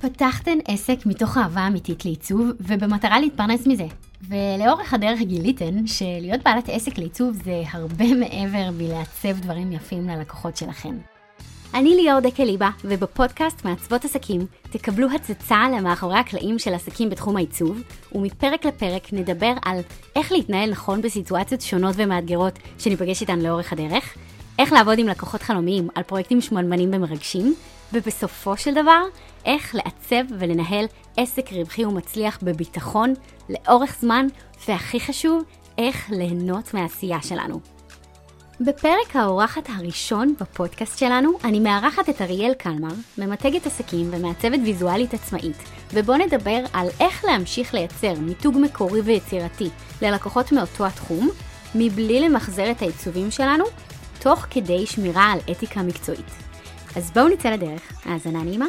פתחתן עסק מתוך אהבה אמיתית לעיצוב ובמטרה להתפרנס מזה. ולאורך הדרך גיליתן שלהיות בעלת עסק לעיצוב זה הרבה מעבר מלעצב דברים יפים ללקוחות שלכן. אני ליאור דקליבה, ובפודקאסט מעצבות עסקים תקבלו הצצה למאחורי הקלעים של עסקים בתחום העיצוב, ומפרק לפרק נדבר על איך להתנהל נכון בסיטואציות שונות ומאתגרות שניפגש איתן לאורך הדרך, איך לעבוד עם לקוחות חלומיים על פרויקטים שמנמנים ומרגשים, ובסופו של דבר, איך לעצב ולנהל עסק רווחי ומצליח בביטחון לאורך זמן, והכי חשוב, איך ליהנות מהעשייה שלנו. בפרק האורחת הראשון בפודקאסט שלנו, אני מארחת את אריאל קלמר, ממתגת עסקים ומעצבת ויזואלית עצמאית, ובוא נדבר על איך להמשיך לייצר מיתוג מקורי ויצירתי ללקוחות מאותו התחום, מבלי למחזר את העיצובים שלנו, תוך כדי שמירה על אתיקה מקצועית. אז בואו נצא לדרך, האזנה נעימה.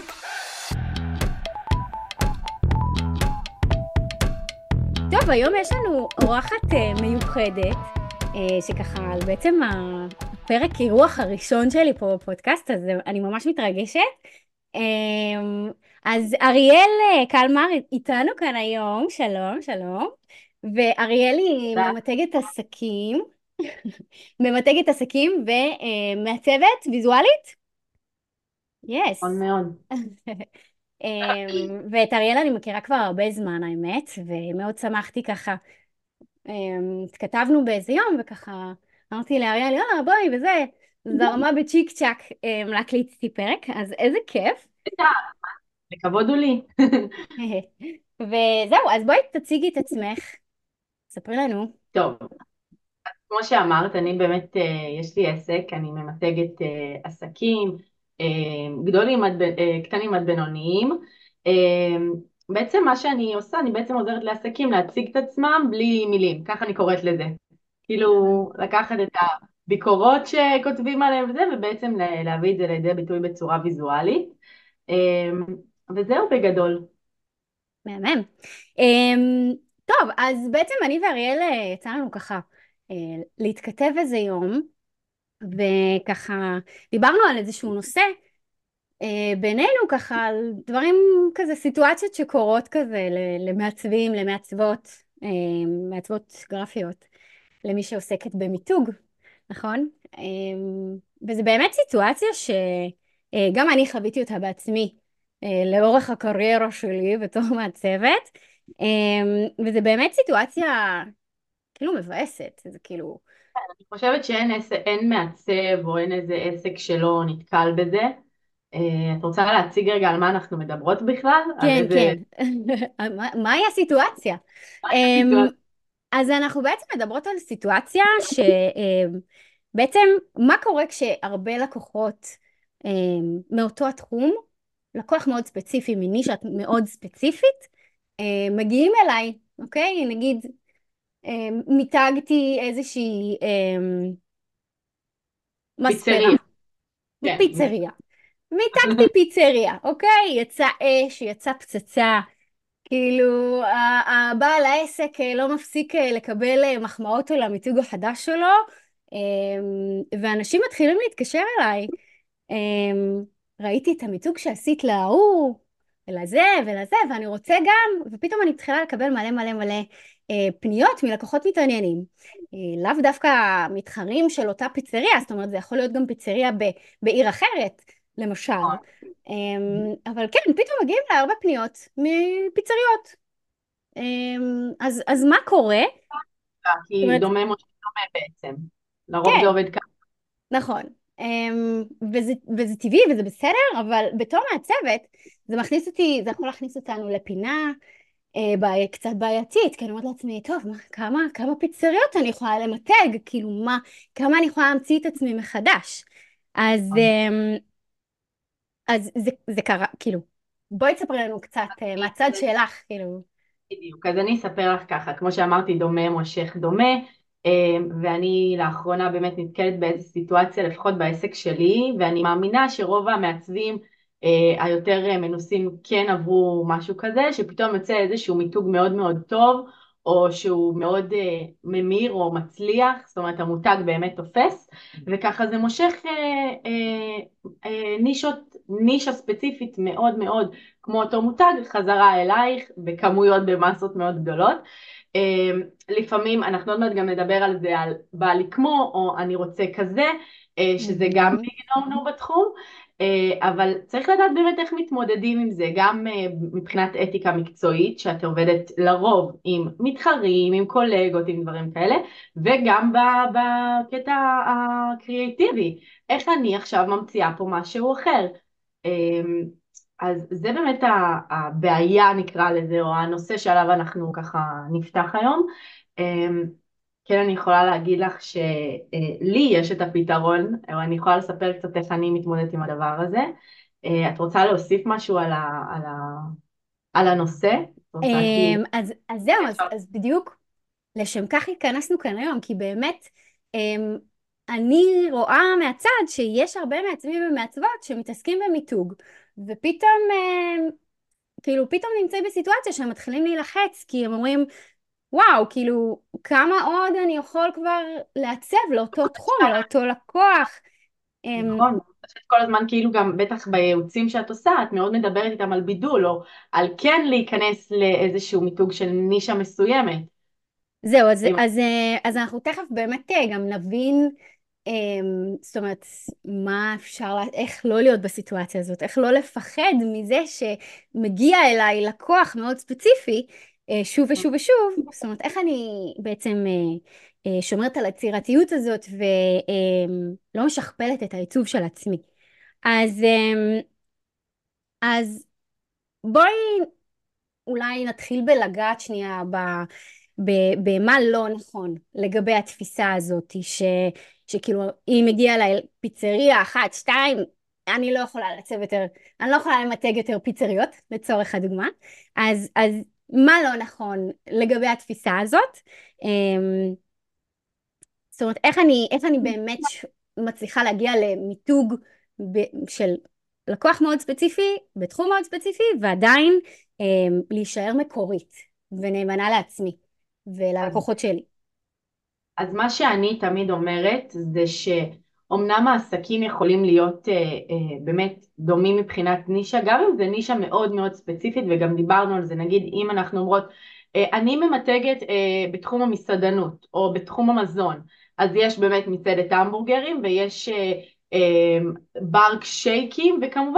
טוב, היום יש לנו אורחת מיוחדת, שככה בעצם הפרק אירוח הראשון שלי פה בפודקאסט, אז אני ממש מתרגשת. אז אריאל קלמר איתנו כאן היום, שלום, שלום. ואריאל היא ממתגת עסקים, ממתגת עסקים ומעצבת ויזואלית? יס. נכון מאוד. ואת אריאל אני מכירה כבר הרבה זמן האמת, ומאוד שמחתי ככה. התכתבנו באיזה יום וככה אמרתי לאריאל, יאללה בואי וזה, זרמה בצ'יק צ'אק להקליט איתי פרק, אז איזה כיף. לכבוד הוא לי. וזהו, אז בואי תציגי את עצמך, ספרי לנו. טוב, כמו שאמרת, אני באמת, יש לי עסק, אני ממתגת עסקים, קטנים עד בינוניים. בעצם מה שאני עושה, אני בעצם עוזרת לעסקים להציג את עצמם בלי מילים, ככה אני קוראת לזה. כאילו, לקחת את הביקורות שכותבים עליהם וזה, ובעצם להביא את זה לידי ביטוי בצורה ויזואלית. וזהו בגדול. מהמם. טוב, אז בעצם אני ואריאל יצא לנו ככה להתכתב איזה יום, וככה דיברנו על איזשהו נושא בינינו ככה על דברים כזה, סיטואציות שקורות כזה למעצבים, למעצבות, מעצבות גרפיות, למי שעוסקת במיתוג, נכון? וזה באמת סיטואציה שגם אני חוויתי אותה בעצמי לאורך הקריירה שלי בתור מעצבת, וזה באמת סיטואציה כאילו מבאסת, זה כאילו... אני חושבת אין מעצב או אין איזה עסק שלא נתקל בזה. את רוצה להציג רגע על מה אנחנו מדברות בכלל? על כן, איזה כן. מהי הסיטואציה? אמ, סיטואציה? אז אנחנו בעצם מדברות על סיטואציה שבעצם מה קורה כשהרבה לקוחות מאותו התחום, לקוח מאוד ספציפי, מנישה מאוד ספציפית, מגיעים אליי, אוקיי? נגיד, מיתגתי איזושהי מספרה, פיצריה. כן. פיצריה. מיתגתי פיצריה, אוקיי? יצא אש, יצא פצצה. כאילו, הבעל העסק לא מפסיק לקבל מחמאות על המיתוג החדש שלו, ואנשים מתחילים להתקשר אליי. ראיתי את המיתוג שעשית להוא, ולזה ולזה, ואני רוצה גם, ופתאום אני מתחילה לקבל מלא מלא מלא פניות מלקוחות מתעניינים. לאו דווקא מתחרים של אותה פיצריה, זאת אומרת, זה יכול להיות גם פיצריה בעיר אחרת, למשל. אבל כן, פתאום מגיעים לה הרבה פניות מפיצריות. אז מה קורה? זאת כי אומרת, דומה משה דומה בעצם. לרוב זה כן, עובד ככה. נכון. וזה טבעי וזה בסדר, אבל בתור מעצבת, זה מכניס אותי, זה יכול להכניס אותנו לפינה קצת בעייתית, כי אני אומרת לעצמי, טוב, כמה פיצריות אני יכולה למתג? כאילו, כמה אני יכולה להמציא את עצמי מחדש? אז זה קרה, כאילו, בואי תספרי לנו קצת מהצד שלך, כאילו. בדיוק, אז אני אספר לך ככה, כמו שאמרתי, דומה מושך דומה, ואני לאחרונה באמת נתקלת באיזו סיטואציה, לפחות בעסק שלי, ואני מאמינה שרוב המעצבים היותר מנוסים כן עברו משהו כזה, שפתאום יוצא איזשהו מיתוג מאוד מאוד טוב, או שהוא מאוד ממיר או מצליח, זאת אומרת המותג באמת תופס, וככה זה מושך נישות נישה ספציפית מאוד מאוד כמו אותו מותג חזרה אלייך בכמויות במסות מאוד גדולות. לפעמים אנחנו עוד מעט גם נדבר על זה, על בא לי כמו או אני רוצה כזה, שזה גם מהמם. big no no בתחום. אבל צריך לדעת באמת איך מתמודדים עם זה, גם מבחינת אתיקה מקצועית, שאת עובדת לרוב עם מתחרים, עם קולגות, עם דברים כאלה, וגם בקטע הקריאיטיבי, איך אני עכשיו ממציאה פה משהו אחר. אז זה באמת הבעיה נקרא לזה, או הנושא שעליו אנחנו ככה נפתח היום. כן, אני יכולה להגיד לך שלי יש את הפתרון, או אני יכולה לספר קצת איך אני מתמודדת עם הדבר הזה. את רוצה להוסיף משהו על הנושא? את רוצה כאילו... אז זהו, אז בדיוק לשם כך התכנסנו כאן היום, כי באמת אני רואה מהצד שיש הרבה מעצבים ומעצבות שמתעסקים במיתוג, ופתאום כאילו פתאום נמצאים בסיטואציה שהם מתחילים להילחץ, כי הם אומרים, וואו, כאילו, כמה עוד אני יכול כבר לעצב לאותו תחום, לאותו לקוח? נכון, את כל הזמן כאילו גם בטח בייעוצים שאת עושה, את מאוד מדברת איתם על בידול, או על כן להיכנס לאיזשהו מיתוג של נישה מסוימת. זהו, אז אנחנו תכף באמת גם נבין, זאת אומרת, מה אפשר, איך לא להיות בסיטואציה הזאת, איך לא לפחד מזה שמגיע אליי לקוח מאוד ספציפי, שוב ושוב ושוב, זאת אומרת, איך אני בעצם שומרת על היצירתיות הזאת ולא משכפלת את העיצוב של עצמי. אז, אז בואי אולי נתחיל בלגעת שנייה במה לא נכון לגבי התפיסה הזאת, שכאילו אם מגיעה אליי פיצריה אחת, שתיים, אני לא יכולה לעצב יותר, אני לא יכולה למתג יותר פיצריות, לצורך הדוגמה. אז מה לא נכון לגבי התפיסה הזאת? זאת אומרת, איך אני באמת מצליחה להגיע למיתוג של לקוח מאוד ספציפי, בתחום מאוד ספציפי, ועדיין להישאר מקורית ונאמנה לעצמי אז וללקוחות שלי. אז מה שאני תמיד אומרת זה שאומנם העסקים יכולים להיות באמת דומים מבחינת נישה, גם אם זה נישה מאוד מאוד ספציפית, וגם דיברנו על זה, נגיד אם אנחנו אומרות, אני ממתגת בתחום המסעדנות או בתחום המזון, אז יש באמת מסעדת המבורגרים ויש ברק שייקים, וכמובן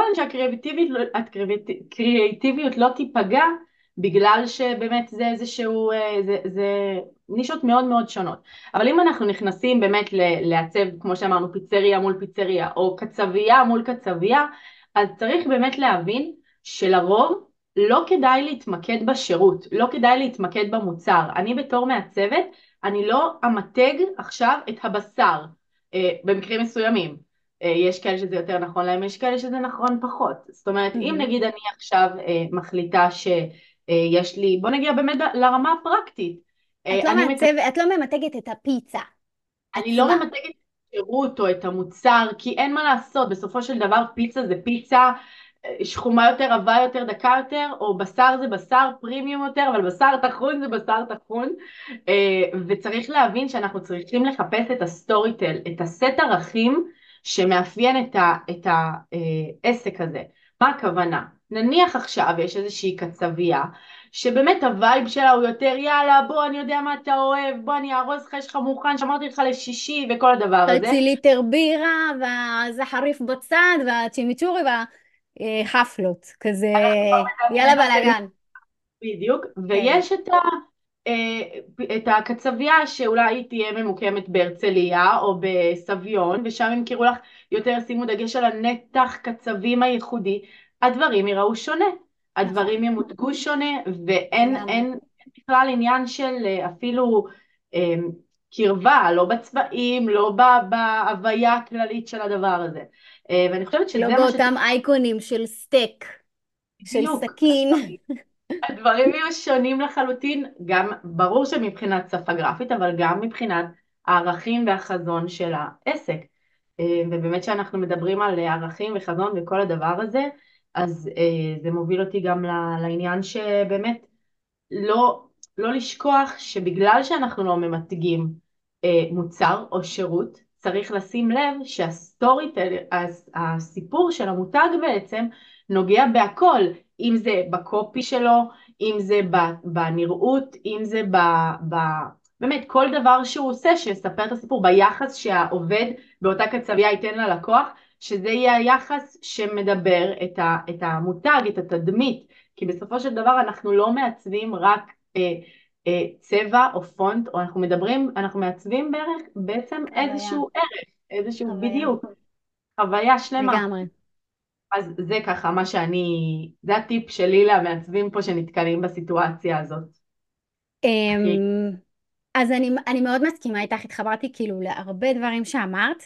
שהקריאטיביות לא תיפגע, בגלל שבאמת זה איזשהו, זה נישות מאוד מאוד שונות. אבל אם אנחנו נכנסים באמת לעצב, כמו שאמרנו, פיצריה מול פיצריה, או קצבייה מול קצבייה, אז צריך באמת להבין שלרוב לא כדאי להתמקד בשירות, לא כדאי להתמקד במוצר. אני בתור מעצבת, אני לא אמתג עכשיו את הבשר, במקרים מסוימים. יש כאלה שזה יותר נכון להם, יש כאלה שזה נכון פחות. זאת אומרת, אם מהמם. נגיד אני עכשיו מחליטה שיש לי, בוא נגיע באמת לרמה הפרקטית. אני את לא ממתגת את הפיצה אני לא עצמה. ממתגת את השירות או את המוצר, כי אין מה לעשות, בסופו של דבר פיצה זה פיצה, שחומה יותר, עבה יותר, דקה יותר, או בשר זה בשר פרימיום יותר, אבל בשר טחון זה בשר טחון, וצריך להבין שאנחנו צריכים לחפש את הסטורי טל, את הסט ערכים שמאפיין את העסק הזה. מה הכוונה? נניח עכשיו יש איזושהי קצבייה, שבאמת הווייב שלה הוא יותר יאללה בוא אני יודע מה אתה אוהב, בוא אני ארוז לך, יש לך מוכן, שמרתי לך לשישי וכל הדבר הזה. חצי ליטר בירה, וזה חריף בצד, והצ'ימיצ'ורי והחפלות, כזה יאללה בלאגן. בדיוק, כן. ויש את הקצבייה שאולי תהיה ממוקמת בהרצליה או בסביון, ושם הם ימכרו לך יותר, שימו דגש על הנתח קצבים הייחודי, הדברים יראו שונה, נכון, הדברים ימותגו שונה, ואין לגמרי. אין בכלל עניין של אפילו אה, קרבה, לא בצבעים, לא בהוויה הכללית של הדבר הזה. ואני חושבת לא שזה מה באותם שצריך אייקונים של סטייק, של בדיוק. סכין. הדברים יהיו שונים לחלוטין, גם ברור שמבחינת שפה גרפית, אבל גם מבחינת הערכים והחזון של העסק. ובאמת שאנחנו מדברים על ערכים וחזון וכל הדבר הזה, אז זה מוביל אותי גם לעניין שבאמת לא, לא לשכוח שבגלל שאנחנו לא ממתגים מוצר או שירות, צריך לשים לב שהסטורי, הסיפור של המותג בעצם נוגע בהכל, אם זה בקופי שלו, אם זה בנראות, אם זה ב... באמת כל דבר שהוא עושה שיספר את הסיפור, ביחס שהעובד באותה קצבייה ייתן ללקוח, שזה יהיה היחס שמדבר את המותג, את התדמית, כי בסופו של דבר אנחנו לא מעצבים רק צבע או פונט, או אנחנו מדברים, אנחנו מעצבים בעצם חוויה, איזשהו ערך, איזשהו חוויה, בדיוק, חוויה שלמה. לגמרי. אז זה ככה מה זה הטיפ שלי למעצבים פה שנתקלים בסיטואציה הזאת. הכי אמ, אז אני מאוד מסכימה איתך, התחברתי כאילו להרבה דברים שאמרת,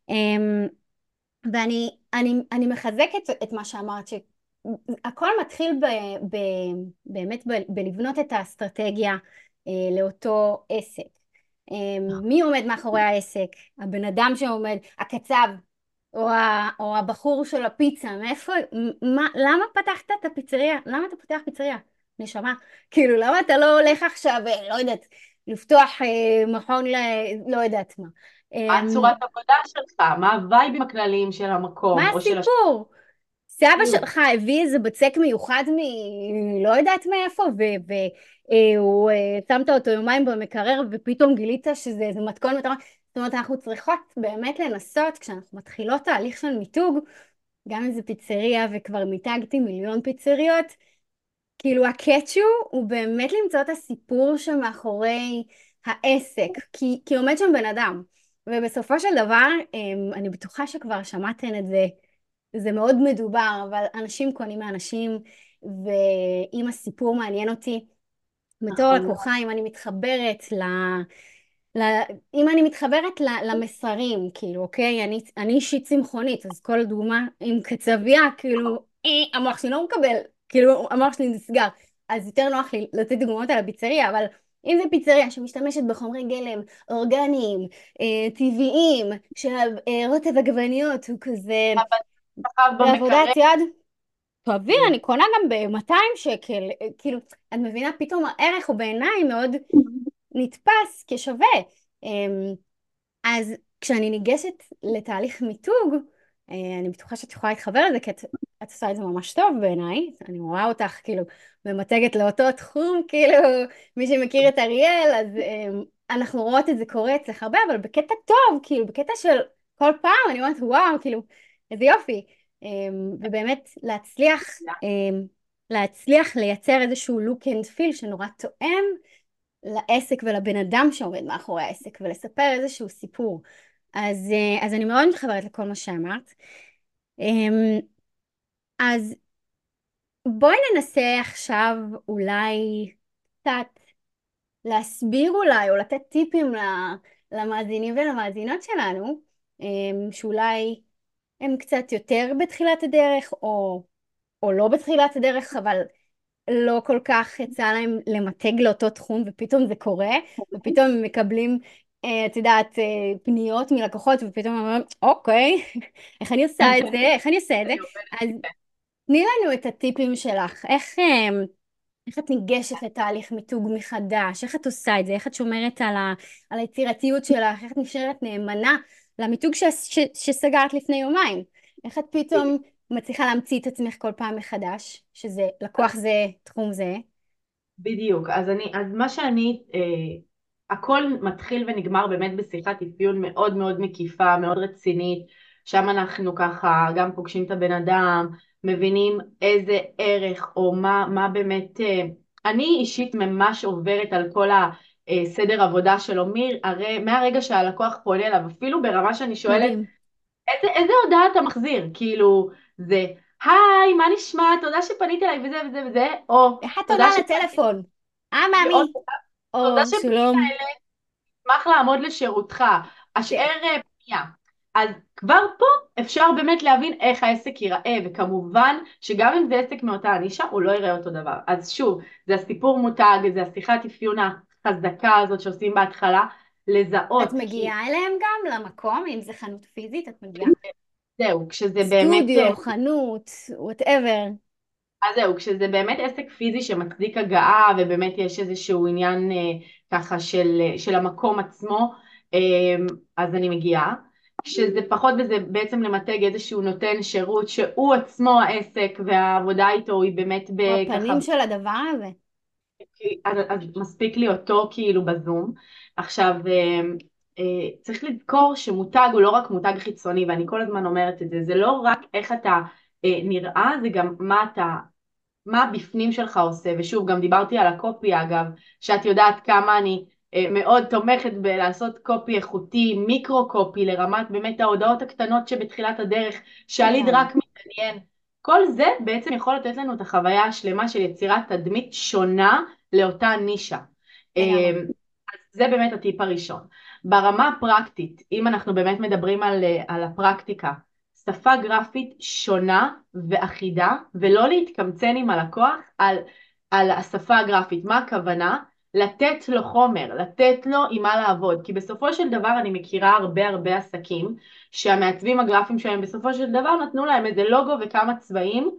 ואני מחזקת את מה שאמרת, שהכל מתחיל ב, באמת בלבנות את האסטרטגיה לאותו עסק. מי עומד מאחורי העסק? הבן אדם שעומד, הקצב, או הבחור של הפיצה, מאיפה, למה פתחת את הפיצריה? למה אתה פותח פיצריה? נשמה, כאילו למה אתה לא הולך עכשיו, לא יודעת, לפתוח מכון לא יודעת מה. מה אמ, צורת עבודה שלך? מה הווייבים הכלליים של המקום מה או של הסיפור? סבא בדיוק. שלך הביא איזה בצק מיוחד לא יודעת מאיפה, והוא שמת אותו יומיים במקרר, ופתאום גילית שזה איזה מתכון מטרה. זאת אומרת, אנחנו צריכות באמת לנסות, כשאנחנו מתחילות תהליך של מיתוג, גם אם זה פיצריה, וכבר מיתגתי מיליון פיצריות, כאילו הקאצ' הוא באמת למצוא את הסיפור שמאחורי העסק, כי עומד שם בן אדם. ובסופו של דבר, אני בטוחה שכבר שמעתן את זה, זה מאוד מדובר, אבל אנשים קונים מאנשים, ואם הסיפור מעניין אותי, בתור נכון. לקוחה, אם אני מתחברת ל... אם אני מתחברת למסרים, כאילו, אוקיי, אני אישית צמחונית, אז כל דוגמה עם קצבייה, כאילו, המוח שלי לא מקבל, כאילו, המוח שלי נסגר. אז יותר נוח לי לתת דוגמאות על הפיצריה, אבל אם זה פיצריה שמשתמשת בחומרי גלם אורגניים, טבעיים, שהרוטב עגבניות הוא כזה שכב במקרר. בעבודת יד, תביא, אני קונה גם ב-200 שקל, כאילו, את מבינה, פתאום הערך הוא בעיניי מאוד נתפס כשווה. אז כשאני ניגשת לתהליך מיתוג, אני בטוחה שאת יכולה להתחבר לזה, כי את עושה את זה ממש טוב בעיניי, אני רואה אותך כאילו ממתגת לאותו תחום, כאילו מי שמכיר את אריאל, אז אנחנו רואות את זה קורה אצלך הרבה, אבל בקטע טוב, כאילו בקטע של כל פעם אני אומרת וואו, כאילו איזה יופי, ובאמת להצליח לייצר איזשהו look and feel שנורא תואם לעסק ולבן אדם שעומד מאחורי העסק, ולספר איזשהו סיפור. אז אני מאוד מתחברת לכל מה שאמרת. אז בואי ננסה עכשיו אולי קצת להסביר אולי, או לתת טיפים למאזינים ולמאזינות שלנו, שאולי הם קצת יותר בתחילת הדרך, או לא בתחילת הדרך, אבל לא כל כך יצא להם למתג לאותו תחום, ופתאום זה קורה, ופתאום הם מקבלים, את יודעת, פניות מלקוחות, ופתאום הם אומרים, אוקיי, איך אני עושה את זה, איך אני עושה את זה, אני עובדת אז איתה. תני לנו את הטיפים שלך, איך את ניגשת לתהליך מיתוג מחדש, איך את עושה את זה, איך את שומרת על היצירתיות שלך, איך את נשארת נאמנה למיתוג שסגרת לפני יומיים, איך את פתאום מצליחה להמציא את עצמך כל פעם מחדש, שזה לקוח זה, תחום זה. בדיוק, אז מה הכל מתחיל ונגמר באמת בשיחת אפיון מאוד מאוד מקיפה, מאוד רצינית, שם אנחנו ככה גם פוגשים את הבן אדם, מבינים איזה ערך או מה באמת, אני אישית ממש עוברת על כל הסדר עבודה שלו, מהרגע שהלקוח פונה אליו, אפילו ברמה שאני שואלת, מדהים. איזה הודעה אתה מחזיר? כאילו, זה, היי, מה נשמע? תודה שפנית אליי וזה וזה וזה, או איך את עונה תודה שפנית, לטלפון? או מאמי. תודה או שפנית שלום. אליי, אשמח לעמוד לשירותך, כן. אשאר פנייה. אז כבר פה אפשר באמת להבין איך העסק ייראה, וכמובן שגם אם זה עסק מאותה הנישה, הוא לא יראה אותו דבר. אז שוב, זה הסיפור מותג, זה השיחת אפיון החזקה הזאת שעושים בהתחלה, את לזהות, כי מגיעה אליהם גם למקום, אם זה חנות פיזית, את מגיעה? זהו, כשזה באמת סטודיו, חנות, וואטאבר. אז זהו, כשזה באמת עסק פיזי שמצדיק הגעה ובאמת יש איזשהו עניין ככה של המקום עצמו, אז אני מגיעה. שזה פחות וזה בעצם למתג איזשהו נותן שירות שהוא עצמו העסק והעבודה איתו היא באמת הוא ככה, הפנים של הדבר הזה. אז מספיק לי אותו כאילו בזום. עכשיו צריך לזכור שמותג הוא לא רק מותג חיצוני ואני כל הזמן אומרת את זה, זה לא רק איך אתה נראה, זה גם מה הבפנים שלך עושה, ושוב גם דיברתי על הקופי אגב, שאת יודעת כמה אני מאוד תומכת בלעשות קופי איכותי, מיקרו קופי לרמת באמת ההודעות הקטנות שבתחילת הדרך, שהליד לגמרי, רק מתעניין, כל זה בעצם יכול לתת לנו את החוויה השלמה של יצירת תדמית שונה לאותה נישה. לגמרי. זה באמת הטיפ הראשון. ברמה הפרקטית, אם אנחנו באמת מדברים על הפרקטיקה, שפה גרפית שונה ואחידה, ולא להתקמצן עם הלקוח על השפה הגרפית. מה הכוונה? לתת לו חומר, לתת לו עם מה לעבוד, כי בסופו של דבר אני מכירה הרבה עסקים שהמעצבים הגרפיים שלהם בסופו של דבר נתנו להם איזה לוגו וכמה צבעים,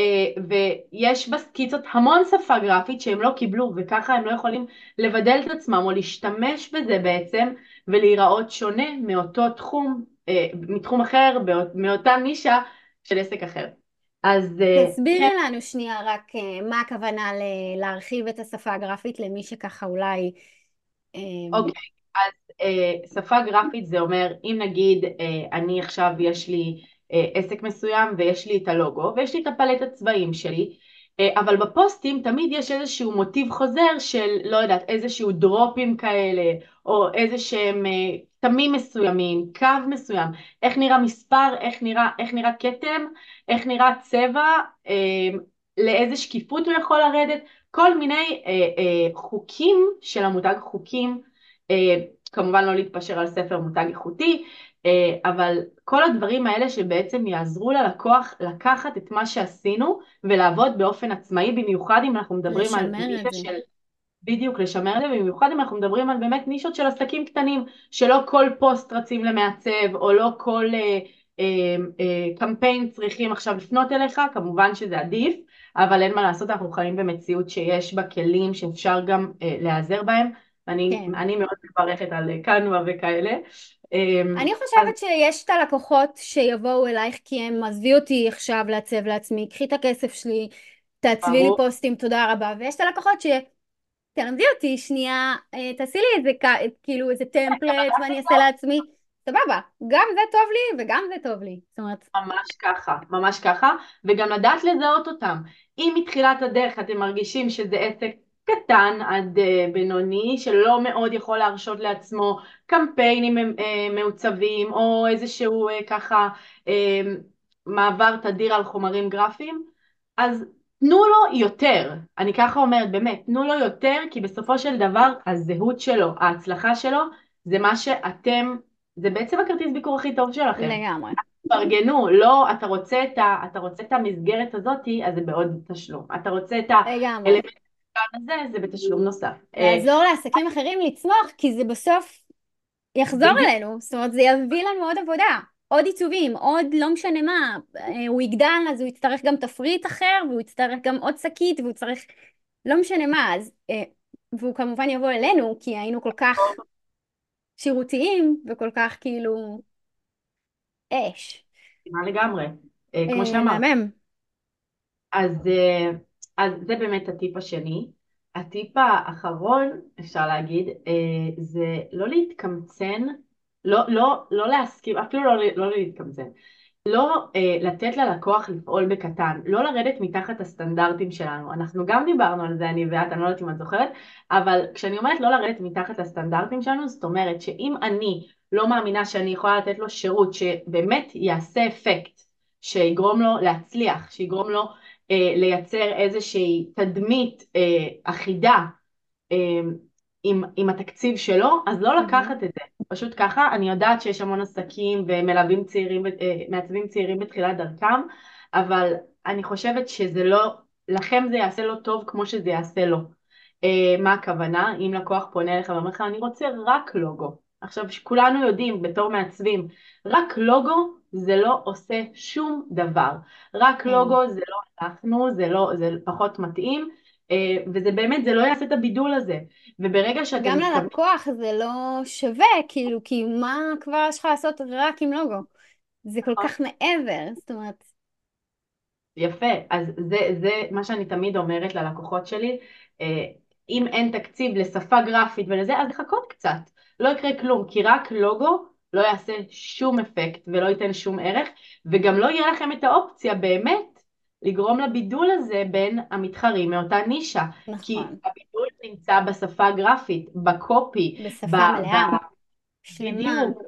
ויש בסקיצות המון שפה גרפית שהם לא קיבלו, וככה הם לא יכולים לבדל את עצמם או להשתמש בזה בעצם ולהיראות שונה מאותו תחום, מתחום אחר, מאותה נישה של עסק אחר. אז תסבירי כן, לנו שנייה רק מה הכוונה להרחיב את השפה הגרפית למי שככה אולי... אה, אוקיי, אז שפה גרפית זה אומר, אם נגיד אני עכשיו יש לי עסק מסוים ויש לי את הלוגו ויש לי את הפלט הצבעים שלי, אבל בפוסטים תמיד יש איזשהו מוטיב חוזר של לא יודעת איזשהו דרופים כאלה או איזה שהם תמים מסוימים, קו מסוים, איך נראה מספר, איך נראה כתם, איך נראה צבע, לאיזה שקיפות הוא יכול לרדת, כל מיני חוקים של המותג, חוקים, כמובן לא להתפשר על ספר מותג איכותי, אבל כל הדברים האלה שבעצם יעזרו ללקוח לקחת את מה שעשינו ולעבוד באופן עצמאי, במיוחד אם אנחנו מדברים על לשמר את נישה זה. של, בדיוק לשמר את זה, במיוחד אם אנחנו מדברים על באמת נישות של עסקים קטנים, שלא כל פוסט רצים למעצב, או לא כל קמפיין צריכים עכשיו לפנות אליך, כמובן שזה עדיף, אבל אין מה לעשות, אנחנו חיים במציאות שיש בה כלים שאפשר גם להיעזר בהם, כן. אני מאוד מברכת על קנווה וכאלה. אני אז חושבת שיש את הלקוחות שיבואו אלייך כי הם עזבי אותי עכשיו לעצב לעצמי, קחי את הכסף שלי, תעצבי לי ברור, פוסטים, תודה רבה. ויש את הלקוחות תלמדי אותי שנייה, תעשי לי איזה, כאילו איזה טמפלט ואני אעשה לעצמי, סבבה, גם זה טוב לי וגם זה טוב לי. זאת אומרת, ממש ככה, ממש ככה, וגם לדעת לזהות אותם. אם מתחילת הדרך אתם מרגישים שזה עסק קטן עד בינוני, שלא מאוד יכול להרשות לעצמו קמפיינים מעוצבים, או איזשהו ככה אה, מעבר תדיר על חומרים גרפיים, אז תנו לו יותר. אני ככה אומרת, באמת, תנו לו יותר, כי בסופו של דבר הזהות שלו, ההצלחה שלו, זה מה שאתם, זה בעצם הכרטיס ביקור הכי טוב שלכם. לגמרי, תארגנו, לא, אתה רוצה את המסגרת הזאתי, אז זה בעוד תשלום. אתה רוצה את לגמרי. האלמנט הזה, זה בתשלום נוסף. לעזור לעסקים אחרים לצמוח, כי זה בסוף יחזור בדיוק, אלינו, זאת אומרת זה יביא לנו עוד עבודה, עוד עיצובים, עוד לא משנה מה, הוא יגדל אז הוא יצטרך גם תפריט אחר והוא יצטרך גם עוד שקית והוא צריך לא משנה מה, אז, והוא כמובן יבוא אלינו כי היינו כל כך שירותיים וכל כך כאילו אש. מה לגמרי. כמו שאמרת. מהמם. אז זה באמת הטיפ השני. הטיפ האחרון, אפשר להגיד, זה לא להתקמצן, לא להסכים, אפילו לא להתקמצן. לא לתת ללקוח לפעול בקטן, לא לרדת מתחת הסטנדרטים שלנו. אנחנו גם דיברנו על זה, אני ואת, אני לא יודעת אם את זוכרת, אבל כשאני אומרת לא לרדת מתחת לסטנדרטים שלנו, זאת אומרת שאם אני לא מאמינה שאני יכולה לתת לו שירות שבאמת יעשה אפקט, שיגרום לו להצליח, שיגרום לו לייצר איזושהי תדמית אחידה אה, עם התקציב שלו, אז לא מהמם. לקחת את זה. פשוט ככה, אני יודעת שיש המון עסקים ומלווים צעירים, מעצבים צעירים בתחילת דרכם, אבל אני חושבת שזה לא, לכם זה יעשה לו טוב כמו שזה יעשה לו. מה הכוונה? אם לקוח פונה אליך ואומר לך, אני רוצה רק לוגו. עכשיו, כולנו יודעים בתור מעצבים, רק לוגו זה לא עושה שום דבר. רק כן. לוגו זה לא אנחנו, זה פחות מתאים. וזה באמת, זה לא יעשה את הבידול הזה. וברגע שאתם גם מתכוונים, ללקוח זה לא שווה, כאילו, כי מה כבר יש לך לעשות רק עם לוגו? זה כל כך מעבר, זאת אומרת, יפה, אז זה מה שאני תמיד אומרת ללקוחות שלי, אה, אם אין תקציב לשפה גרפית ולזה, אז לחכות קצת, לא יקרה כלום, כי רק לוגו לא יעשה שום אפקט ולא ייתן שום ערך, וגם לא יהיה לכם את האופציה באמת לגרום לבידול הזה בין המתחרים מאותה נישה, כי נכון, הבידול נמצא בשפה הגרפית, בקופי, בשפה מלאה, שלמה, בדיוק,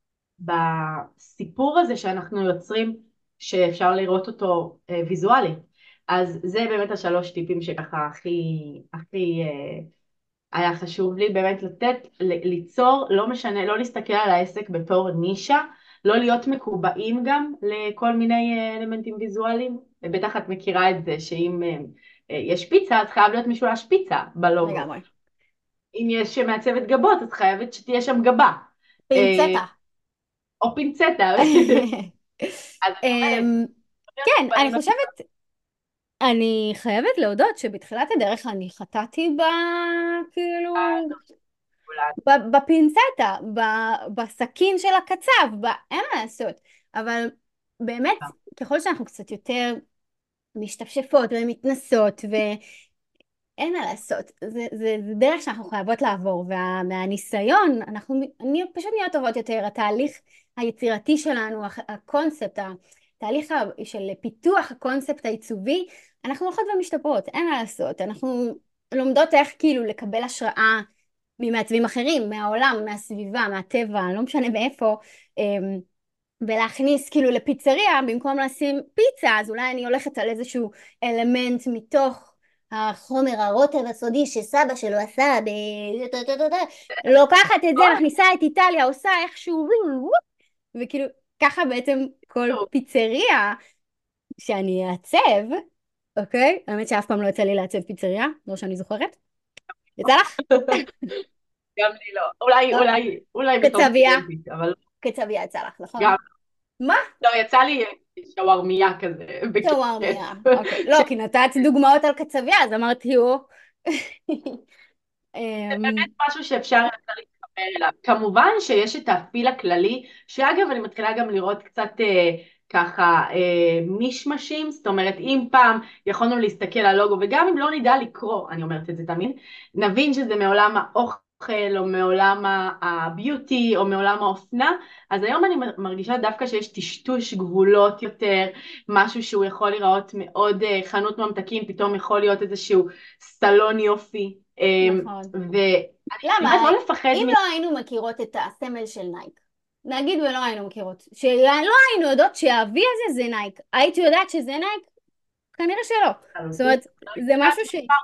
בסיפור הזה שאנחנו יוצרים, שאפשר לראות אותו ויזואלית. אז זה באמת השלוש טיפים שככה הכי היה חשוב לי באמת לתת, ליצור, לא משנה, לא להסתכל על העסק בתור נישה, לא להיות מקובעים גם לכל מיני אלמנטים ויזואליים. בטח את מכירה את זה שאם יש פיצה, אז חייב להיות משולש פיצה בלוגו. לגמרי. אם יש מעצבת גבות, אז חייבת שתהיה שם גבה. אה, פינצטה. או פינצטה. אז אני אומרת, אמ, להיות כן, אני מקובעים חושבת, אני חייבת להודות שבתחילת הדרך אני חטאתי כאילו, בפינצטה, בסכין של הקצב, אין מה לעשות. אבל באמת, ככל שאנחנו קצת יותר משתפשפות ומתנסות, אין מה לעשות, זה דרך שאנחנו חייבות לעבור, ומהניסיון, אני פשוט נהיות טובות יותר, התהליך היצירתי שלנו, הקונספט, התהליך של פיתוח הקונספט העיצובי, אנחנו הולכות ומשתפרות, אין מה לעשות, אנחנו לומדות איך כאילו לקבל השראה ממעצבים אחרים, מהעולם, מהסביבה, מהטבע, לא משנה מאיפה, ולהכניס כאילו לפיצריה, במקום לשים פיצה, אז אולי אני הולכת על איזשהו אלמנט מתוך החומר הרוטב הסודי שסבא שלו עשה, לוקחת את זה, מכניסה את איטליה, עושה איכשהו, וכאילו, ככה בעצם כל פיצריה שאני אעצב, אוקיי? האמת שאף פעם לא יצא לי לעצב פיצריה, לא שאני זוכרת. יצא לך? גם לי לא. לא. אולי בתור קצבייה, סטודנטית, אבל קצבייה יצא לך, נכון? גם, מה? לא, יצא לי שווארמיה כזה, שווארמיה, בכיף. אוקיי. לא, כי נתת דוגמאות על קצבייה, אז אמרתי, הוא. זה אמ, באמת משהו שאפשר יותר להתחבר אליו. כמובן שיש את הפיל הכללי, שאגב אני מתחילה גם לראות קצת ככה מישמשים, זאת אומרת אם פעם יכולנו להסתכל על לוגו, וגם אם לא נדע לקרוא, אני אומרת את זה תמיד, נבין שזה מעולם האוכל או מעולם הביוטי או מעולם האופנה, אז היום אני מרגישה דווקא שיש טשטוש גבולות יותר, משהו שהוא יכול להיראות מאוד חנות ממתקים, פתאום יכול להיות איזשהו סלון יופי. נכון. ואני אומרת למה? לא לפחד אם לא היינו מכירות את הסמל של נייק, נגיד ולא היינו מכירות, שלא היינו יודעות שהאבי הזה זה נייק, היית יודעת שזה נייק? כנראה שלא. זאת מתחלפים, אומרת, זה משהו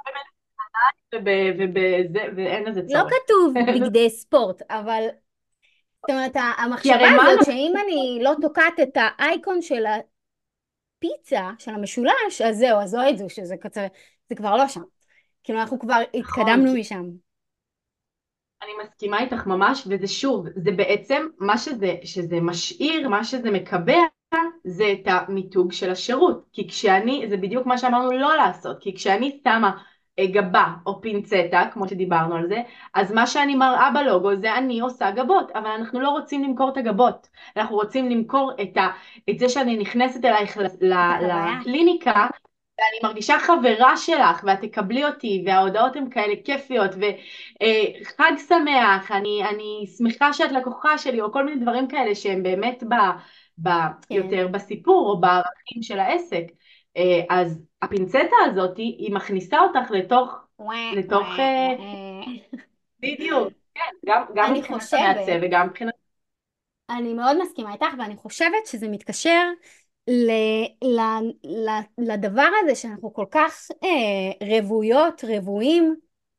ואין לזה שלא צורך. כתוב בגדי ספורט, אבל זאת אומרת, כי המחשבה הרי מה הזאת אנחנו שאם אני לא תוקעת את האייקון של הפיצה, של המשולש, אז זהו, אז לא ידעו שזה קצר, זה כבר לא שם. כאילו אנחנו כבר נכון, התקדמנו משם. אני מסכימה איתך ממש, וזה שוב, זה בעצם מה שזה משאיר, מה שזה מקבע, זה את המיתוג של השירות. כי כשאני, זה בדיוק מה שאמרנו לא לעשות, כי כשאני שמה גבה או פינצטה, כמו שדיברנו על זה, אז מה שאני מראה בלוגו זה אני עושה גבות, אבל אנחנו לא רוצים למכור את הגבות, אנחנו רוצים למכור את זה שאני נכנסת אלייך את החוויה. לקליניקה, ואני מרגישה חברה שלך, ואת תקבלי אותי, וההודעות הן כאלה כיפיות, וחג שמח, אני שמחה שאת לקוחה שלי, או כל מיני דברים כאלה שהם באמת כן. יותר בסיפור, או בערכים של העסק. אז הפינצטה הזאת, היא מכניסה אותך ואה, לתוך ואה, ואה. בדיוק, כן, גם אני מבחינת המעצב חושבת, וגם מבחינת... אני מאוד מסכימה איתך, ואני חושבת שזה מתקשר ל, ל, לדבר הזה שאנחנו כל כך רוויות, רוויים,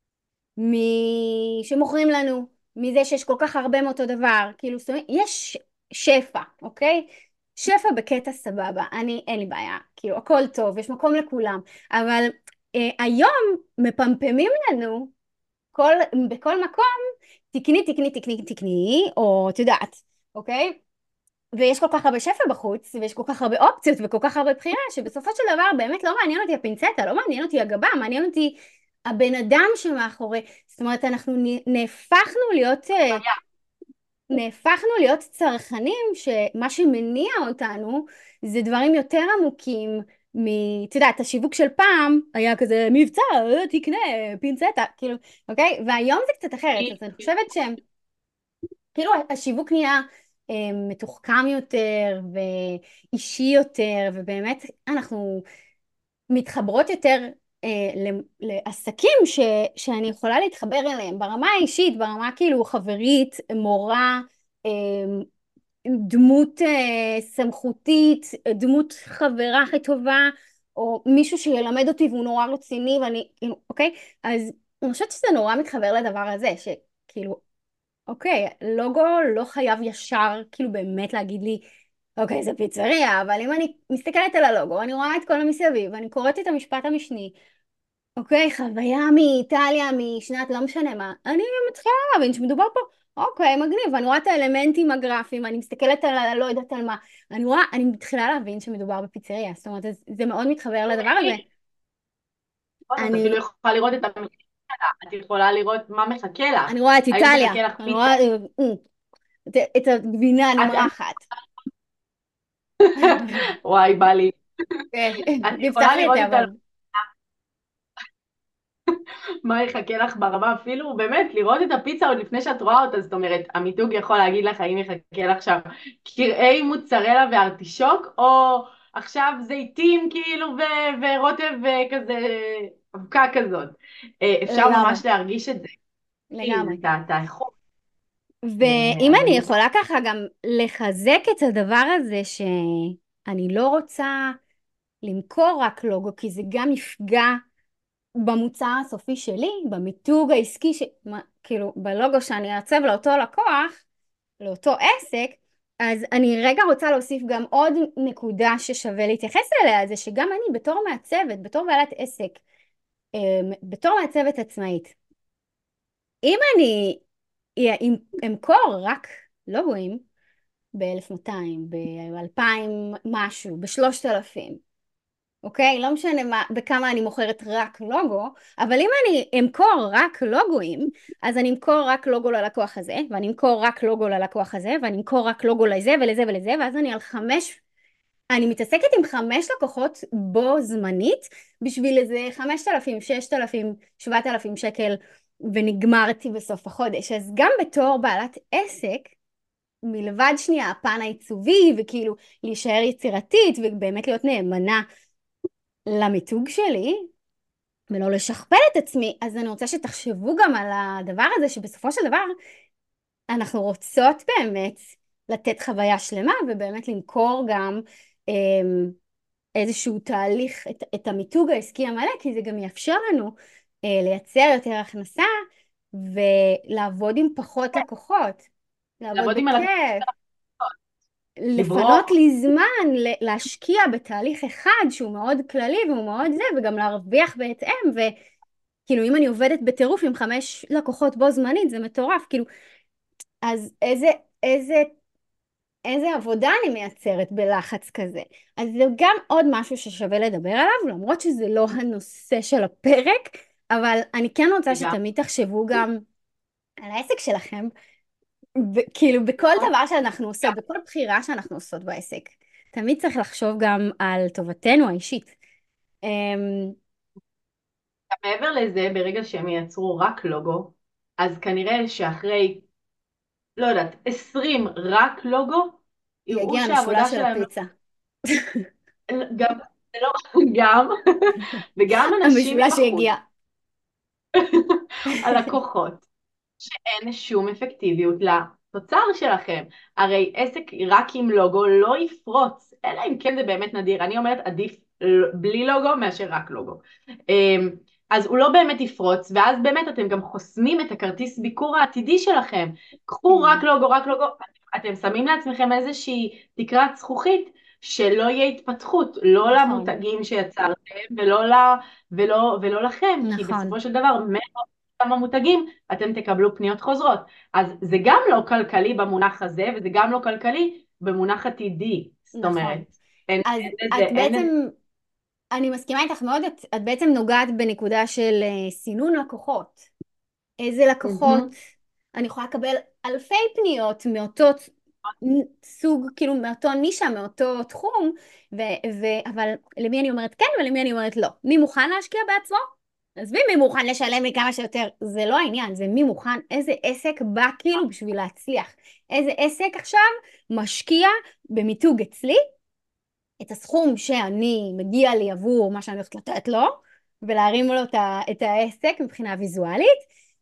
שמוכרים לנו, מזה שיש כל כך הרבה מאותו דבר, כאילו, זאת אומרת, יש שפע, אוקיי? שפע בקטע סבבה, אין לי בעיה, כאילו, הכל טוב, יש מקום לכולם, אבל היום מפמפמים לנו כל, בכל מקום, תקני, תקני, תקני, תקני, או את יודעת, אוקיי? ויש כל כך הרבה שפע בחוץ, ויש כל כך הרבה אופציות וכל כך הרבה בחירה, שבסופו של דבר באמת לא מעניין אותי הפינצטה, לא מעניין אותי הגבה, מעניין אותי הבן אדם שמאחורי. זאת אומרת, אנחנו נהפכנו להיות צרכנים, שמה שמניע אותנו זה דברים יותר עמוקים את יודעת, השיווק של פעם היה כזה מבצע, תקנה, פינצטה, כאילו, אוקיי? והיום זה קצת אחרת, אז אני חושבת שהם כאילו השיווק נהיה מתוחכם יותר ואישי יותר, ובאמת אנחנו מתחברות יותר לעסקים שאני יכולה להתחבר אליהם ברמה האישית, ברמה כאילו חברית, מורה, אה, דמות סמכותית, דמות חברה הכי טובה, או מישהו שילמד אותי והוא נורא רציני ואני, כאילו, אוקיי? אז אני חושבת שזה נורא מתחבר לדבר הזה, שכאילו אוקיי, לוגו לא חייב ישר כאילו באמת להגיד לי, אוקיי, זה פיצריה, אבל אם אני מסתכלת על הלוגו, אני רואה את כל המסביב, ואני קוראת את המשפט המשני, אוקיי, חוויה מאיטליה, משנת לא משנה מה, אני מתחילה להבין שמדובר פה, אוקיי, מגניב, ואני רואה את האלמנטים הגרפיים, אני מסתכלת על לא יודעת על מה, אני מתחילה להבין שמדובר בפיצריה, זאת אומרת, זה מאוד מתחבר לדבר הזה. את אפילו אני, יכולה לראות את המחיר שלה, את יכולה לראות מה מחכה לך. אני רואה את האם איטליה, מחכה לך אני פיצה? רואה את הגבינה את, הנמרחת. וואי, בא לי. את נפתח יכולה לי לראות את התיאבון. מה יחכה לך ברמה, אפילו באמת לראות את הפיצה עוד לפני שאת רואה אותה, זאת אומרת, המיתוג יכול להגיד לך האם יחכה לך עכשיו קרעי מוצרלה וארטישוק, או עכשיו זיתים כאילו ורוטב כזה, אבקה כזאת. אפשר לגמרי, ממש להרגיש את זה, לגמרי. את האיכות. ואם אז אני אני יכולה ככה גם לחזק את הדבר הזה שאני לא רוצה למכור רק לוגו, כי זה גם יפגע במוצר הסופי שלי, במיתוג העסקי, כאילו בלוגו שאני אעצב לאותו לקוח, לאותו עסק, אז אני רגע רוצה להוסיף גם עוד נקודה ששווה להתייחס אליה, זה שגם אני בתור מעצבת, בתור בעלת עסק, בתור מעצבת עצמאית, אם אני אמכור רק לוגויים ב-1200, ב-2000 משהו, ב-3000, אוקיי? לא משנה בכמה אני מוכרת רק לוגו, אבל אם אני אמכור רק לוגויים, אז אני אמכור רק לוגו ללקוח הזה, ואני אמכור רק לוגו ללקוח הזה, ואני אמכור רק לוגו לזה ולזה ולזה, ואז אני מתעסקת עם 5 לקוחות בו זמנית, בשביל איזה 5,000, 6,000, 7,000 שקל, ונגמרתי בסוף החודש. אז גם בתור בעלת עסק, מלבד שנייה הפן העיצובי, וכאילו להישאר יצירתית, ובאמת להיות נאמנה למיתוג שלי, ולא לשכפל את עצמי, אז אני רוצה שתחשבו גם על הדבר הזה, שבסופו של דבר אנחנו רוצות באמת לתת חוויה שלמה, ובאמת למכור גם איזשהו תהליך, את המיתוג העסקי המלא, כי זה גם יאפשר לנו לייצר יותר הכנסה, ולעבוד עם פחות לקוחות, לעבוד לעבוד עם הלקוחות, בכיף, לברור, לפנות לי זמן להשקיע בתהליך אחד שהוא מאוד כללי והוא מאוד זה, וגם להרוויח בהתאם, וכאילו אם אני עובדת בטירוף עם 5 לקוחות בו זמנית, זה מטורף, כאילו, אז איזה איזה עבודה אני מייצרת בלחץ כזה. אז זה גם עוד משהו ששווה לדבר עליו, למרות שזה לא הנושא של הפרק, אבל אני כן רוצה וגם, שתמיד תחשבו גם על העסק שלכם, כאילו בכל דבר שאנחנו עושות, בכל בחירה שאנחנו עושות בעסק. תמיד צריך לחשוב גם על טובתנו האישית. אמ, מעבר לזה, ברגע שהם ייצרו רק לוגו, אז כנראה שאחרי, לא יודעת, 20 רק לוגו, יראו יגיע שהעבודה המשולש של שלהם הפיצה. גם, זה לא גם, וגם אנשים המשולש מבחוץ, שהגיע. הלקוחות, שאין שום אפקטיביות לתוצר שלכם. הרי עסק רק עם לוגו לא יפרוץ, אלא אם כן זה באמת נדיר. אני אומרת עדיף בלי לוגו מאשר רק לוגו. אז הוא לא באמת יפרוץ, ואז באמת אתם גם חוסמים את הכרטיס ביקור העתידי שלכם. קחו רק לוגו, רק לוגו. אתם שמים לעצמכם איזושהי תקרת זכוכית, שלא יהיה התפתחות, לא נכון, למותגים שיצרתם ולא לכם, כי נכון. בסופו של דבר כמה מותגים, אתם תקבלו פניות חוזרות. אז זה גם לא כלכלי במונח הזה, וזה גם לא כלכלי במונח עתידי, זאת נכון. אומרת, אין, אז אין לזה, את אין לזה, בעצם, אני מסכימה איתך מאוד, את בעצם נוגעת בנקודה של סינון לקוחות. איזה לקוחות, מהמם. אני יכולה לקבל אלפי פניות מאותו סוג, כאילו מאותו נישה, מאותו תחום, אבל למי אני אומרת כן ולמי אני אומרת לא. מי מוכן להשקיע בעצמו? עזבי מי מוכן לשלם לי כמה שיותר, זה לא העניין, זה מי מוכן, איזה עסק בא כאילו בשביל להצליח. איזה עסק עכשיו משקיע במיתוג אצלי, את הסכום שאני מגיע לי עבור מה שאני הולכת לתת לו, ולהרים לו את העסק מבחינה ויזואלית,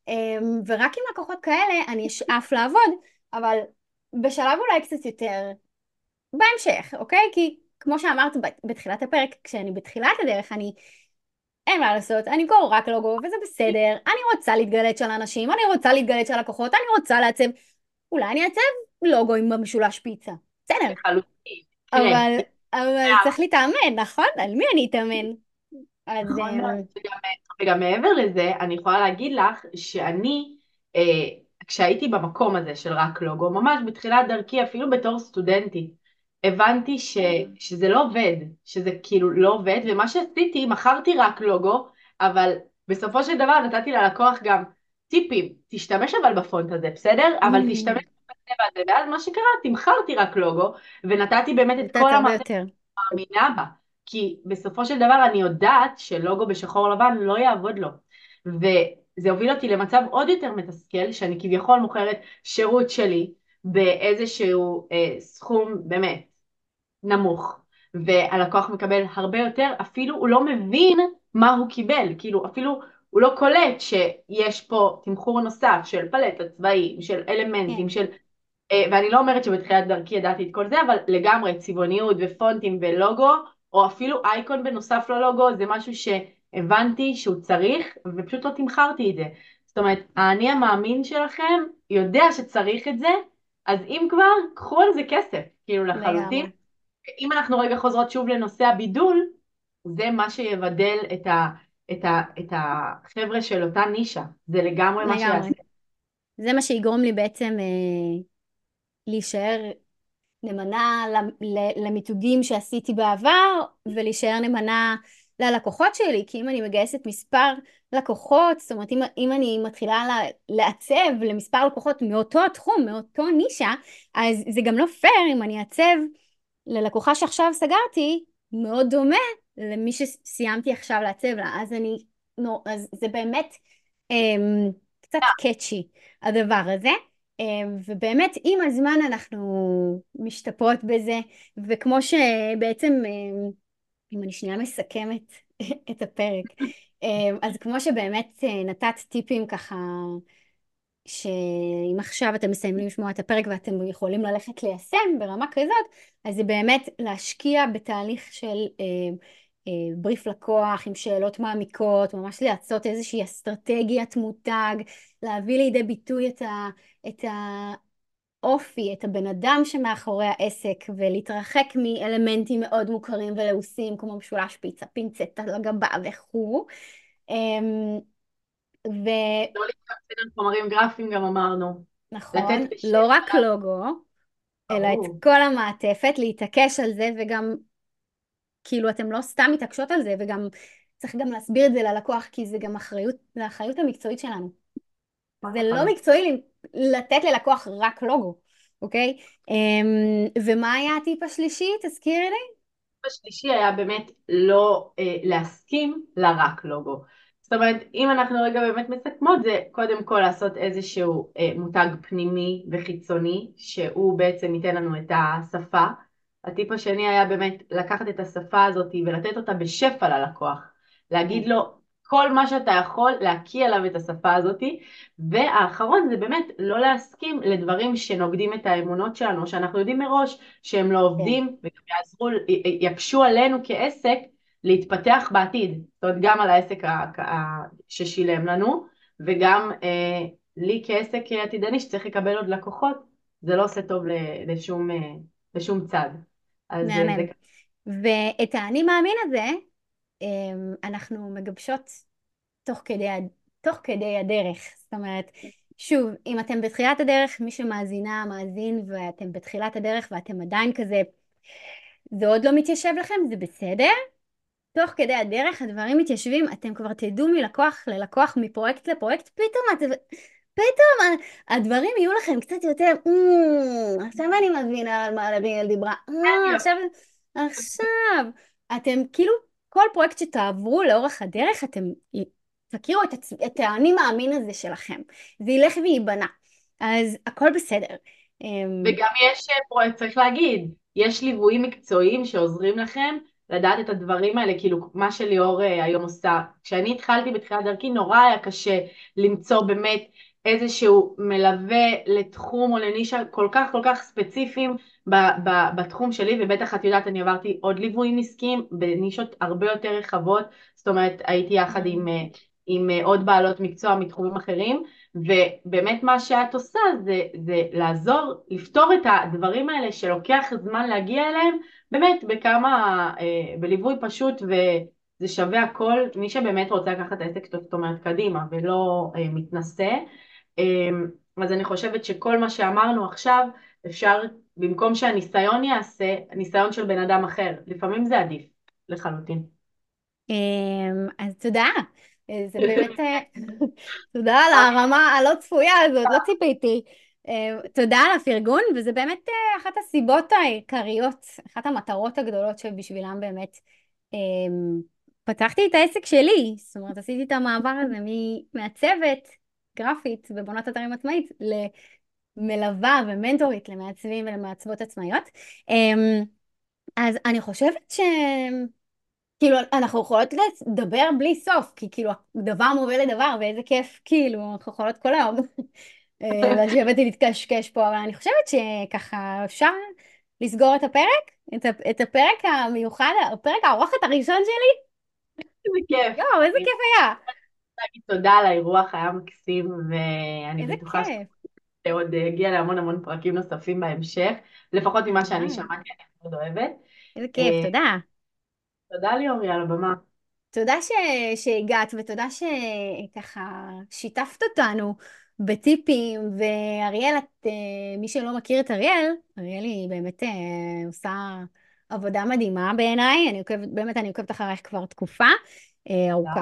ורק עם לקוחות כאלה אני אשאף לעבוד, אבל בשלב אולי קצת יותר בהמשך, אוקיי? כי כמו שאמרת בתחילת הפרק, כשאני בתחילת הדרך, אין מה לעשות, אני אמכור רק לוגו, וזה בסדר, אני רוצה להתגלת של אנשים, אני רוצה להתגלת של לקוחות, אני רוצה לעצב, אולי אני אעצב לוגו עם במשולש פיצה, בסדר, לחלוטין. תראה, אבל, אבל צריך להתאמן, נכון? על מי אני אתאמן? אז נכון מאוד, וגם מעבר לזה, אני יכולה להגיד לך שאני, אה, כשהייתי במקום הזה של רק לוגו, ממש בתחילת דרכי, אפילו בתור סטודנטית, הבנתי שזה לא עובד, שזה כאילו לא עובד, ומה שעשיתי, מכרתי רק לוגו, אבל בסופו של דבר נתתי ללקוח גם טיפים, תשתמש אבל בפונט הזה, בסדר? אבל תשתמש בצבע הזה, ואז מה שקרה, תמכרתי רק לוגו, ונתתי באמת את נתת כל הרבה המעטפת יותר. מאמינה בה, כי בסופו של דבר אני יודעת שלוגו בשחור לבן לא יעבוד לו. וזה הוביל אותי למצב עוד יותר מתסכל, שאני כביכול מוכרת שירות שלי באיזשהו סכום באמת נמוך, והלקוח מקבל הרבה יותר, אפילו הוא לא מבין מה הוא קיבל, כאילו אפילו הוא לא קולט שיש פה תמחור נוסף של פלטת צבעים, של כן, אלמנטים, של ואני לא אומרת שבתחילת דרכי ידעתי את כל זה, אבל לגמרי צבעוניות ופונטים ולוגו, או אפילו אייקון בנוסף ללוגו, זה משהו שהבנתי שהוא צריך, ופשוט לא תמכרתי את זה. זאת אומרת, האני המאמין שלכם יודע שצריך את זה, אז אם כבר, קחו על זה כסף, כאילו לחלוטין. לגמרי, אם אנחנו רגע חוזרות שוב לנושא הבידול, זה מה שיבדל את החבר'ה של אותה נישה. זה לגמרי מה לגמרי. שיעשה. זה מה שיגרום לי בעצם להישאר נאמנה למיתוגים שעשיתי בעבר, ולהישאר נאמנה ללקוחות שלי, כי אם אני מגייסת מספר לקוחות, זאת אומרת, אם אני מתחילה לעצב למספר לקוחות מאותו תחום, מאותו נישה, אז זה גם לא פייר אם אני אעצב ללקוחה שעכשיו סגרתי, מאוד דומה למי שסיימתי עכשיו לעצב לה. אז אז זה באמת קצת קאצ'י הדבר הזה. ובאמת עם הזמן אנחנו משתפרות בזה, וכמו שבעצם, אם אני שנייה מסכמת את הפרק, אז כמו שבאמת נתת טיפים ככה, שאם עכשיו אתם מסיימים לשמוע את הפרק ואתם יכולים ללכת ליישם ברמה כזאת, אז זה באמת להשקיע בתהליך של בריף לקוח עם שאלות מעמיקות, ממש לעשות איזושהי אסטרטגיית מותג, להביא לידי ביטוי את האופי, את הבן אדם שמאחורי העסק, ולהתרחק מאלמנטים מאוד מוכרים ולעוסים, כמו משולש פיצה, פינצטה על הגבה וכו'. לא להתקמצן על חומרים גרפיים גם אמרנו. לתת ונכון, לא בשפע רק לוגו, אלא את ברור. כל המעטפת, להתעקש על זה, וגם, כאילו, אתם לא סתם מתעקשות על זה, וגם צריך גם להסביר את זה ללקוח, כי זה גם לאחריות המקצועית שלנו. זה לא לחלוטין. מקצועי לתת ללקוח רק לוגו, אוקיי? ומה היה הטיפ השלישי? תזכירי לי. השלישי היה באמת לא להסכים לרק לוגו. זאת אומרת, אם אנחנו רגע באמת מסכמות, זה קודם כל לעשות איזשהו מותג פנימי וחיצוני, שהוא בעצם ייתן לנו את השפה. הטיפ השני היה באמת לקחת את השפה הזאת ולתת אותה בשפע ללקוח. כן, להגיד לו כל מה שאתה יכול, להקיא עליו את השפה הזאת. והאחרון זה באמת לא להסכים לדברים שנוגדים את האמונות שלנו, שאנחנו יודעים מראש שהם לא כן. עובדים וגם יעזרו, יקשו עלינו כעסק להתפתח בעתיד. זאת אומרת, גם על העסק ששילם לנו, וגם לי כעסק עתידני שצריך לקבל עוד לקוחות, זה לא עושה טוב לשום צד. אז זה מהמם. ואת האני מאמין הזה, אנחנו מגבשות תוך כדי הדרך. זאת אומרת, שוב, אם אתם בתחילת הדרך, מי שמאזינה, מאזין, ואתם בתחילת הדרך ואתם עדיין כזה, זה עוד לא מתיישב לכם, זה בסדר. תוך כדי הדרך הדברים מתיישבים, אתם כבר תדעו מלקוח ללקוח, מפרויקט לפרויקט, פתאום הדברים יהיו לכם קצת יותר, עכשיו אני מבינה על מה אריאל דיברה, עכשיו, אתם כאילו, כל פרויקט שתעברו לאורך הדרך, אתם תכירו את האני מאמין הזה שלכם, זה ילך וייבנה, אז הכל בסדר. וגם יש פרויקט, צריך להגיד, יש ליוויים מקצועיים שעוזרים לכם לדעת את הדברים האלה, כאילו מה שליאור היום עושה. כשאני התחלתי בתחילת דרכי, נורא היה קשה למצוא באמת איזשהו מלווה לתחום או לנישה כל כך ספציפיים בתחום שלי, ובטח את יודעת, אני עברתי עוד ליוויים עסקיים בנישות הרבה יותר רחבות, זאת אומרת, הייתי יחד עם עוד בעלות מקצוע מתחומים אחרים, ובאמת מה שאת עושה זה לעזור, לפתור את הדברים האלה שלוקח זמן להגיע אליהם, באמת בליווי פשוט, וזה שווה הכל, מי שבאמת רוצה לקחת את העסק, זאת אומרת קדימה ולא מתנסה. אז אני חושבת שכל מה שאמרנו עכשיו, אפשר, במקום שהניסיון יעשה, ניסיון של בן אדם אחר, לפעמים זה עדיף לחלוטין. אז תודה. זה באמת, תודה על הרמה הלא צפויה הזאת, לא ציפיתי. תודה על הפרגון, וזה באמת אחת הסיבות העיקריות, אחת המטרות הגדולות שבשבילם באמת פתחתי את העסק שלי. זאת אומרת, עשיתי את המעבר הזה ממעצבת גרפית ובונת אתרים עצמאית למלווה ומנטורית למעצבים ולמעצבות עצמאיות. אז אני חושבת כאילו, אנחנו יכולות לדבר בלי סוף, כי כאילו, דבר מוביל לדבר, ואיזה כיף, כאילו, אנחנו יכולות כל היום לשבת ולהתקשקש פה, אבל אני חושבת שככה אפשר לסגור את הפרק, את הפרק המיוחד, הפרק הארוך הראשון שלי. איזה כיף. יואו, איזה כיף היה. להגיד תודה על האירוח, היה מקסים, ואני איזה בטוחה כיף. שעוד יגיע להמון המון פרקים נוספים בהמשך, לפחות ממה שאני הלוואי. שמעתי, אני מאוד אוהבת. איזה כיף, אה, תודה. תודה ליאורי על הבמה. תודה שהגעת, ותודה שככה שיתפת אותנו בטיפים, ואריאל, מי שלא מכיר את אריאל, אריאל היא באמת עושה עבודה מדהימה בעיניי, באמת אני עוקבת אחריך כבר תקופה תודה. ארוכה,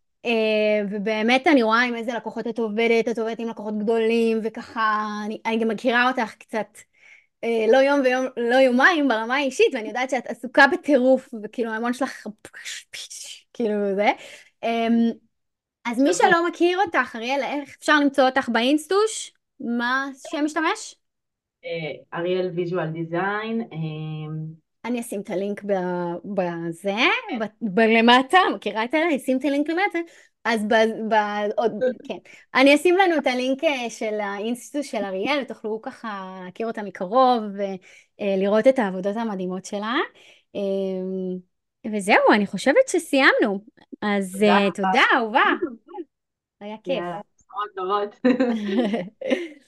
ובאמת אני רואה עם איזה לקוחות את עובדת עם לקוחות גדולים, וככה, אני גם מכירה אותך קצת לא יום ויום, לא יומיים ברמה האישית, ואני יודעת שאת עסוקה בטירוף, וכאילו ההמון שלך, כאילו זה. אמ, אז מי שבוע. שלא מכיר אותך, אריאל, איך אפשר למצוא אותך באינסטוש? מה שם משתמש? אריאל ויז'ואל דיזיין. אני אשים את הלינק בזה, למטה, מכירה את אלה? אשים את הלינק למטה. אז עוד, כן. אני אשים לנו את הלינק של האינסטוש של אריאל, ותוכלו ככה להכיר אותה מקרוב, ולראות את העבודות המדהימות שלה. וזהו, אני חושבת שסיימנו. אז תודה תודה, רבה. אהובה. היה כיף. יאללה, בשורות טובות.